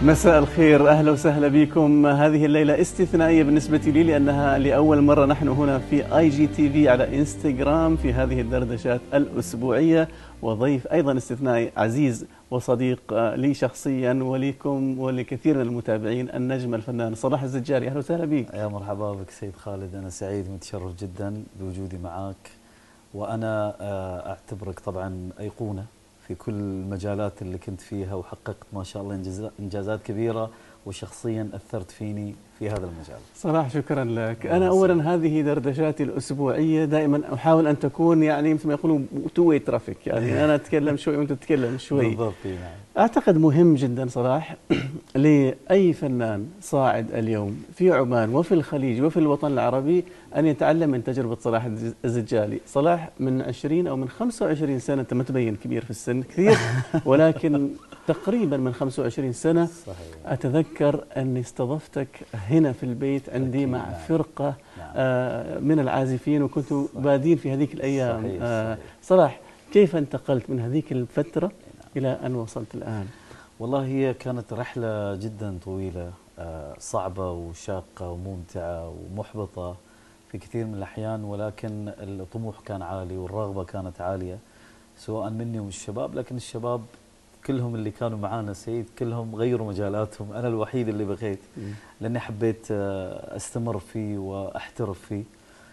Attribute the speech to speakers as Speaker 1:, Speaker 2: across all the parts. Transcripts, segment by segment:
Speaker 1: مساء الخير، أهلا وسهلا بكم. هذه الليلة استثنائية بالنسبة لي لأنها لأول مرة نحن هنا في اي جي تي في على انستغرام في هذه الدردشات الأسبوعية، وضيف أيضا استثنائي عزيز وصديق لي شخصيا ولكم ولكثير من المتابعين، النجم الفنان صلاح الزجاري. أهلا وسهلا بك.
Speaker 2: يا مرحبا بك سيد خالد، أنا سعيد ومتشرف جدا بوجودي معك، وأنا أعتبرك طبعا أيقونة في كل المجالات اللي كنت فيها، وحققت ما شاء الله إنجازات كبيرة، وشخصيا أثرت فيني في هذا المجال.
Speaker 1: صلاح شكرا لك. أنا أولا هذه دردشاتي الأسبوعية دائما أحاول أن تكون يعني مثل ما يقولوا تو واي ترافيك، يعني أنا أتكلم شوي وأنت تتكلم شوي.
Speaker 2: بالضبط. نعم.
Speaker 1: أعتقد مهم جدا صلاح لأي فنان صاعد اليوم في عمان وفي الخليج وفي الوطن العربي أن يتعلم من تجربة صلاح الزجالي. صلاح من 20 أو من 25 سنة، أنت ما تبين كبير في السن كثير، ولكن تقريبا من 25 سنة
Speaker 2: صحيح.
Speaker 1: أتذكر أني استضفتك هنا في البيت عندي مع فرقة من العازفين، وكنتوا بادين في هذيك الأيام.
Speaker 2: صحيح.
Speaker 1: صلاح، كيف انتقلت من هذيك الفترة إلى أن وصلت الآن؟
Speaker 2: والله هي كانت رحلة جدا طويلة، صعبة وشاقة وممتعة ومحبطة في كثير من الأحيان، ولكن الطموح كان عالي والرغبة كانت عالية سواء مني ومن الشباب. لكن الشباب كلهم اللي كانوا معانا سيد كلهم غيروا مجالاتهم، أنا الوحيد اللي بقيت لأني حبيت أستمر فيه وأحترف فيه.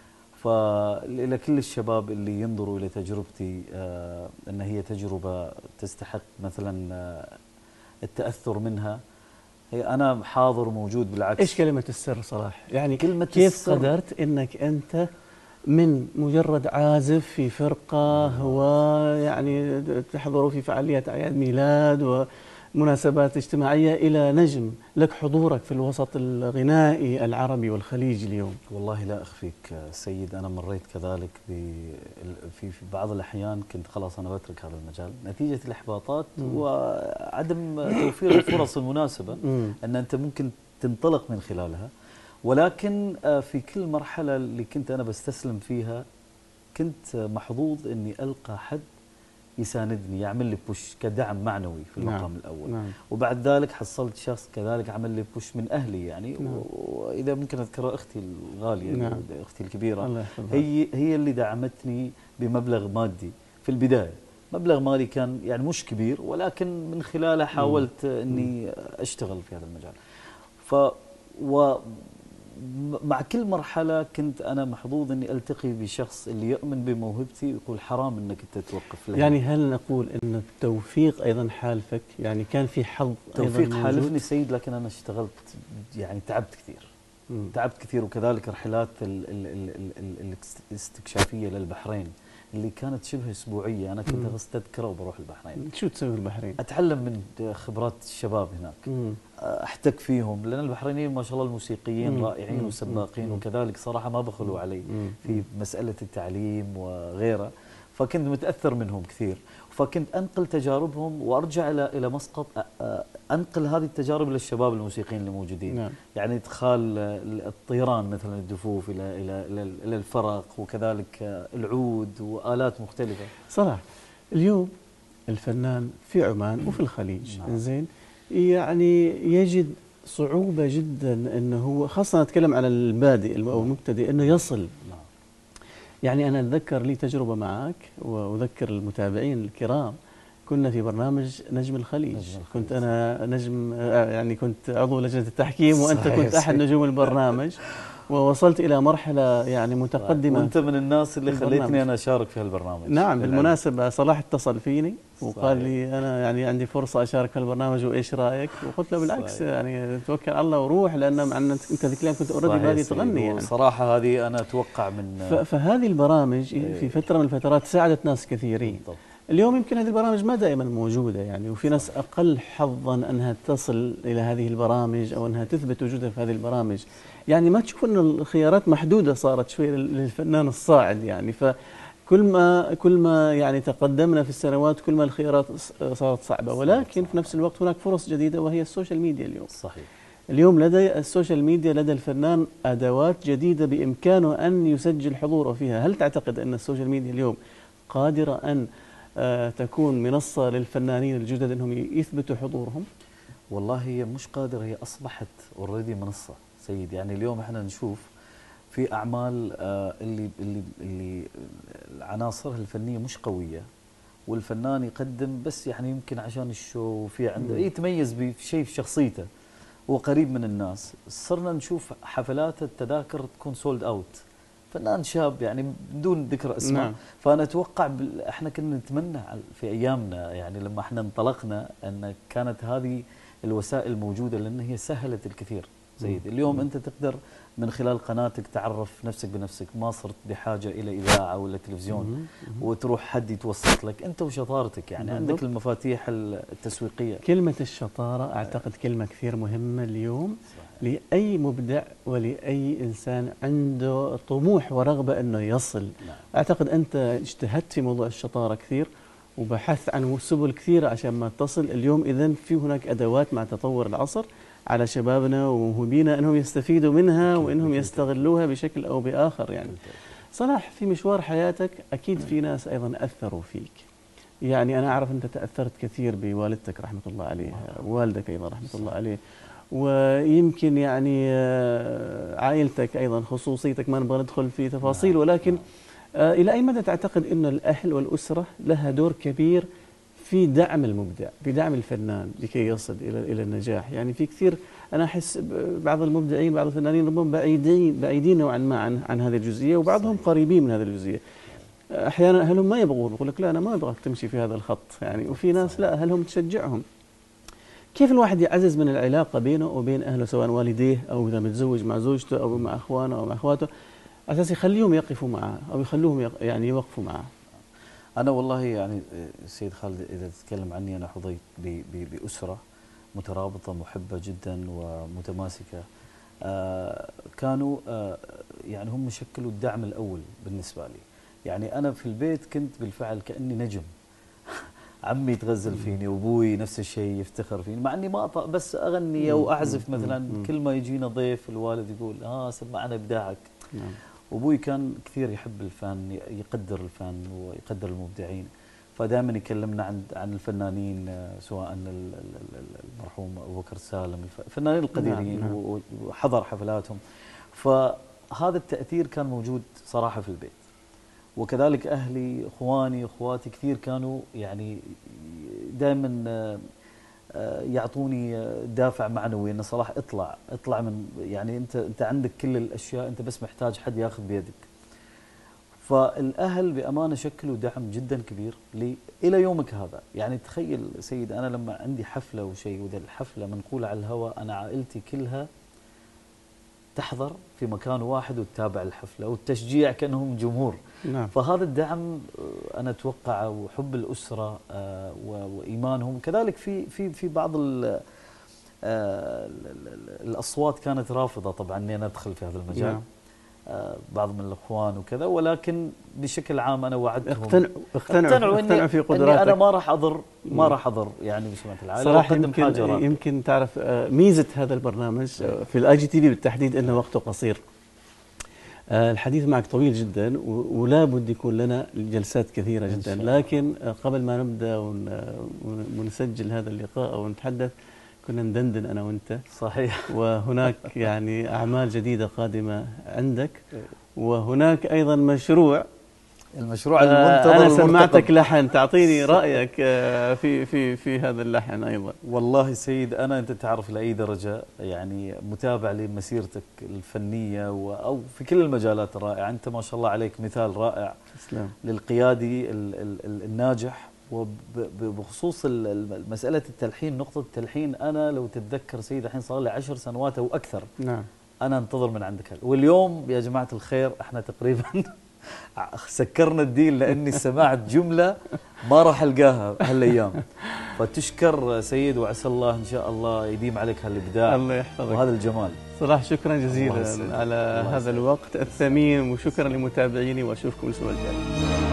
Speaker 2: فإلى كل الشباب اللي ينظروا إلى تجربتي أن هي تجربة تستحق مثلا التأثر منها، هي أنا حاضر وموجود. بالعكس،
Speaker 1: إيش كلمة السر صلاح؟ يعني
Speaker 2: كلمة
Speaker 1: كيف
Speaker 2: السر
Speaker 1: قدرت أنك أنت من مجرد عازف في فرقة ويعني تحضروا في فعاليات أعياد ميلاد ومناسبات اجتماعية إلى نجم لك حضورك في الوسط الغنائي العربي والخليجي اليوم؟
Speaker 2: والله لا أخفيك سيد، أنا مريت كذلك في بعض الأحيان كنت خلاص أنا بترك هذا المجال نتيجة الإحباطات وعدم توفير الفرص المناسبة أن أنت ممكن تنطلق من خلالها. ولكن في كل مرحلة اللي كنت أنا بستسلم فيها كنت محظوظ أني ألقى حد يساندني، يعمل لي بوش كدعم معنوي في المقام الأول. وبعد ذلك حصلت شخص كذلك عمل لي بوش من أهلي يعني. وإذا ممكن أذكر أختي الغالية، أختي الكبيرة، هي اللي دعمتني بمبلغ مادي في البداية. مبلغ مالي كان يعني مش كبير، ولكن من خلاله حاولت أني أشتغل في هذا المجال. مع كل مرحلة كنت أنا محظوظ أني ألتقي بشخص اللي يؤمن بموهبتي ويقول حرام أنك أنت توقف له.
Speaker 1: يعني هل نقول أن التوفيق أيضا حالفك؟ يعني كان في حظ
Speaker 2: توفيق حالفني سيد، لكن أنا اشتغلت يعني تعبت كثير. تعبت كثير، وكذلك رحلات الاستكشافية للبحرين اللي كانت شبه أسبوعية، أنا كنت أغص تذكرة وبروح البحرين.
Speaker 1: شو تسوي في البحرين؟
Speaker 2: أتعلم من خبرات الشباب هناك، أحتك فيهم، لأن البحرينيين ما شاء الله الموسيقيين رائعين وسباقين، وكذلك صراحة ما بخلوا علي في مسألة التعليم وغيره، فكنت متأثر منهم كثير. فكنت أنقل تجاربهم وأرجع إلى مسقط، أنقل هذه التجارب للشباب الموسيقيين الموجودين. يعني إدخال الطيران مثلا، الدفوف إلى الفرق، وكذلك العود وآلات مختلفة.
Speaker 1: صراحة اليوم الفنان في عمان وفي الخليج زين يعني يجد صعوبة جدا أنه هو، خاصة أتكلم على البادئ أو المبتدئ، أنه يصل. يعني أنا أتذكر لي تجربة معك وأذكر المتابعين الكرام، كنا في برنامج نجم الخليج. كنت أنا نجم، يعني كنت عضو لجنة التحكيم وأنت كنت أحد نجوم البرنامج، ووصلت إلى مرحلة يعني متقدمة.
Speaker 2: وأنت من الناس اللي خليتني أنا أشارك في هالبرنامج.
Speaker 1: نعم بالمناسبة صلاح اتصل فيني وقال لي أنا يعني عندي فرصة أشارك في البرنامج وإيش رأيك؟ وقلت له بالعكس يعني توكل على الله وروح، لأن مع أن أنت ذيك الأيام كنت أوريدي بادي تغني يعني.
Speaker 2: صراحة هذه أنا أتوقع من
Speaker 1: فهذه البرامج في فترة من الفترات ساعدت ناس كثيرين. اليوم يمكن هذه البرامج ما دائما موجودة يعني، وفي ناس أقل حظا أنها تصل إلى هذه البرامج أو أنها تثبت وجودها في هذه البرامج. يعني ما تشوف أن الخيارات محدودة صارت شوي للفنان الصاعد يعني، كل ما يعني تقدمنا في السنوات كل ما الخيارات صارت صعبة، ولكن في نفس الوقت هناك فرص جديدة وهي السوشيال ميديا اليوم.
Speaker 2: صحيح.
Speaker 1: اليوم لدى السوشيال ميديا لدى الفنان أدوات جديدة بإمكانه أن يسجل حضوره فيها. هل تعتقد أن السوشيال ميديا اليوم قادرة أن تكون منصة للفنانين الجدد أنهم يثبتوا حضورهم؟
Speaker 2: والله هي مش قادرة، هي أصبحت اوريدي منصة سيد. يعني اليوم احنا نشوف في أعمال اللي عناصرها الفنية مش قوية، والفنان يقدم بس يعني يمكن عشان الشو في عنده يتميز بشيء في شخصيته وقريب من الناس. صرنا نشوف حفلات التذاكر تكون سولد اوت، فنان شاب يعني بدون ذكر اسماء.
Speaker 1: نعم.
Speaker 2: فانا اتوقع احنا كنا نتمنى في ايامنا يعني لما احنا انطلقنا ان كانت هذه الوسائل موجوده، لان هي سهلت الكثير سيد. اليوم انت تقدر من خلال قناتك تعرف نفسك بنفسك، ما صرت بحاجه الى اذاعه ولا تلفزيون وتروح حد يتوسط لك، انت وشطارتك يعني
Speaker 1: بالضبط.
Speaker 2: عندك المفاتيح التسويقيه.
Speaker 1: كلمة الشطارة أعتقد كلمة كثير مهمة اليوم لأي مبدع ولأي إنسان عنده طموح ورغبة أنه يصل.
Speaker 2: نعم.
Speaker 1: أعتقد أنت اجتهدت في موضوع الشطارة كثير وبحثت عن سبل كثيرة عشان ما تصل اليوم. إذن في هناك أدوات مع تطور العصر على شبابنا وموهوبينا أنهم يستفيدوا منها وأنهم يستغلوها بشكل أو بآخر. يعني صلاح، في مشوار حياتك أكيد في ناس أيضا أثروا فيك. يعني أنا أعرف أنت تأثرت كثير بوالدتك رحمة الله عليها، والدك أيضا رحمة الله عليه، ويمكن يعني عائلتك أيضا، خصوصيتك ما نبغى ندخل في تفاصيل، ولكن إلى أي مدى تعتقد أن الأهل والأسرة لها دور كبير في دعم المبدع، في دعم الفنان لكي يصل إلى النجاح؟ يعني في كثير أنا أحس بعض المبدعين، بعض الفنانين ربما بعيدين نوعا ما عن هذه الجزئية، وبعضهم قريبين من هذه الجزئية. احيانا اهلهم ما يبغون، يقول لك لا انا ما ابغاك تمشي في هذا الخط يعني، وفي ناس لا اهلهم تشجعهم. كيف الواحد يعزز من العلاقه بينه وبين اهله، سواء والديه او اذا متزوج مع زوجته او مع اخوانه او مع اخواته، اساس يخليهم يقفوا معه او يخلوهم يعني يوقفوا معه؟
Speaker 2: انا والله يعني سيد خالد، اذا تتكلم عني انا حظيت باسره مترابطه محبه جدا ومتماسكه. كانوا يعني هم شكلوا الدعم الاول بالنسبه لي. يعني أنا في البيت كنت بالفعل كأني نجم. عمي يتغزل فيني وأبوي نفس الشيء يفتخر فيني، مع أني ما بس أغني أو أعزف مثلا. كل ما يجينا ضيف الوالد يقول سمعنا إبداعك. وأبوي كان كثير يحب الفن، يقدر الفن ويقدر المبدعين، فدائما يكلمنا عن الفنانين، سواء المرحوم أبو بكر سالم، الفنانين القديرين، وحضر حفلاتهم. فهذا التأثير كان موجود صراحة في البيت. وكذلك أهلي، إخواني، أخواتي كثير كانوا يعني دائما يعطوني دافع معنوي، أن صلاح اطلع من يعني أنت عندك كل الأشياء، أنت بس محتاج حد ياخذ بيدك. فالأهل بأمانة شكلوا دعم جدا كبير لي إلى يومك هذا. يعني تخيل سيد، أنا لما عندي حفلة وشيء وذا الحفلة منقولة على الهواء، أنا عائلتي كلها تحضر في مكان واحد وتتابع الحفلة، والتشجيع كأنهم جمهور.
Speaker 1: نعم.
Speaker 2: فهذا الدعم أنا أتوقع، وحب الأسرة وإيمانهم. كذلك في بعض الأصوات كانت رافضة طبعا أني أنا أدخل في هذا المجال.
Speaker 1: نعم.
Speaker 2: بعض من الأخوان وكذا، ولكن بشكل عام أنا وعدتهم
Speaker 1: اقتنعوا في قدراتك.
Speaker 2: إني أنا ما راح أضر يعني بسمعة العائلة،
Speaker 1: صراحة
Speaker 2: وأقدم حاجة راقية.
Speaker 1: يمكن تعرف ميزة هذا البرنامج في الآي جي تي في بالتحديد أنه وقته قصير. الحديث معك طويل جدا ولا بد يكون لنا جلسات كثيرة جدا، لكن قبل ما نبدأ ونسجل هذا اللقاء أو نتحدث كنا ندندن أنا وأنت.
Speaker 2: صحيح.
Speaker 1: وهناك يعني أعمال جديدة قادمة عندك، وهناك أيضا المشروع المنتظر. أنا سمعتك لحن، تعطيني رأيك في هذا اللحن أيضا.
Speaker 2: والله سيد، أنت تعرف لأي درجة يعني متابع لمسيرتك الفنية أو في كل المجالات الرائعة. أنت ما شاء الله عليك مثال رائع
Speaker 1: تسلم.
Speaker 2: للقيادي الناجح. وبخصوص مسألة التلحين، نقطة التلحين، أنا لو تتذكر سيد الحين صار لي 10 سنوات أو أكثر.
Speaker 1: نعم.
Speaker 2: أنا أنتظر من عندك واليوم يا جماعة الخير احنا تقريبا سكرنا الديل، لأني سمعت جملة ما راح ألقاها هالأيام. فتشكر سيد، وعسى الله إن شاء الله يديم عليك هالإبداع.
Speaker 1: الله يحفظك.
Speaker 2: وهذا الجمال.
Speaker 1: صراحة شكرا جزيلا على هذا الوقت الثمين، وشكرا لمتابعيني، وأشوفكم الأسبوع الجاي.